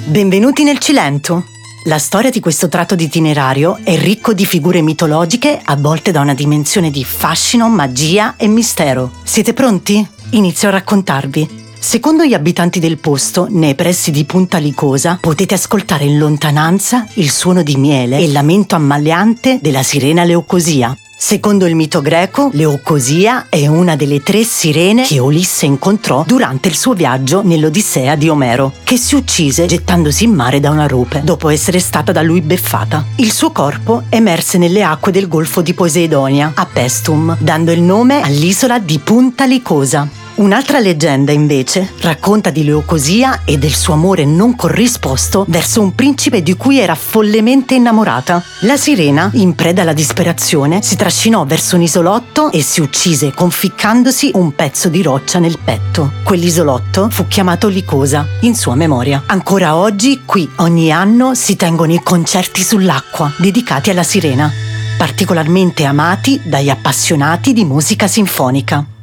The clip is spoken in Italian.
Benvenuti nel Cilento! La storia di questo tratto di itinerario è ricco di figure mitologiche avvolte da una dimensione di fascino, magia e mistero. Siete pronti? Inizio a raccontarvi. Secondo gli abitanti del posto, nei pressi di Punta Licosa, potete ascoltare in lontananza il suono di miele e il lamento ammaliante della sirena Leucosia. Secondo il mito greco, Leucosia è una delle 3 sirene che Ulisse incontrò durante il suo viaggio nell'Odissea di Omero, che si uccise gettandosi in mare da una rupe, dopo essere stata da lui beffata. Il suo corpo emerse nelle acque del golfo di Poseidonia, a Paestum, dando il nome all'isola di Punta Licosa. Un'altra leggenda, invece, racconta di Leucosia e del suo amore non corrisposto verso un principe di cui era follemente innamorata. La sirena, in preda alla disperazione, si trascinò verso un isolotto e si uccise conficcandosi un pezzo di roccia nel petto. Quell'isolotto fu chiamato Licosa, in sua memoria. Ancora oggi, qui, ogni anno, si tengono i concerti sull'acqua, dedicati alla sirena, particolarmente amati dagli appassionati di musica sinfonica.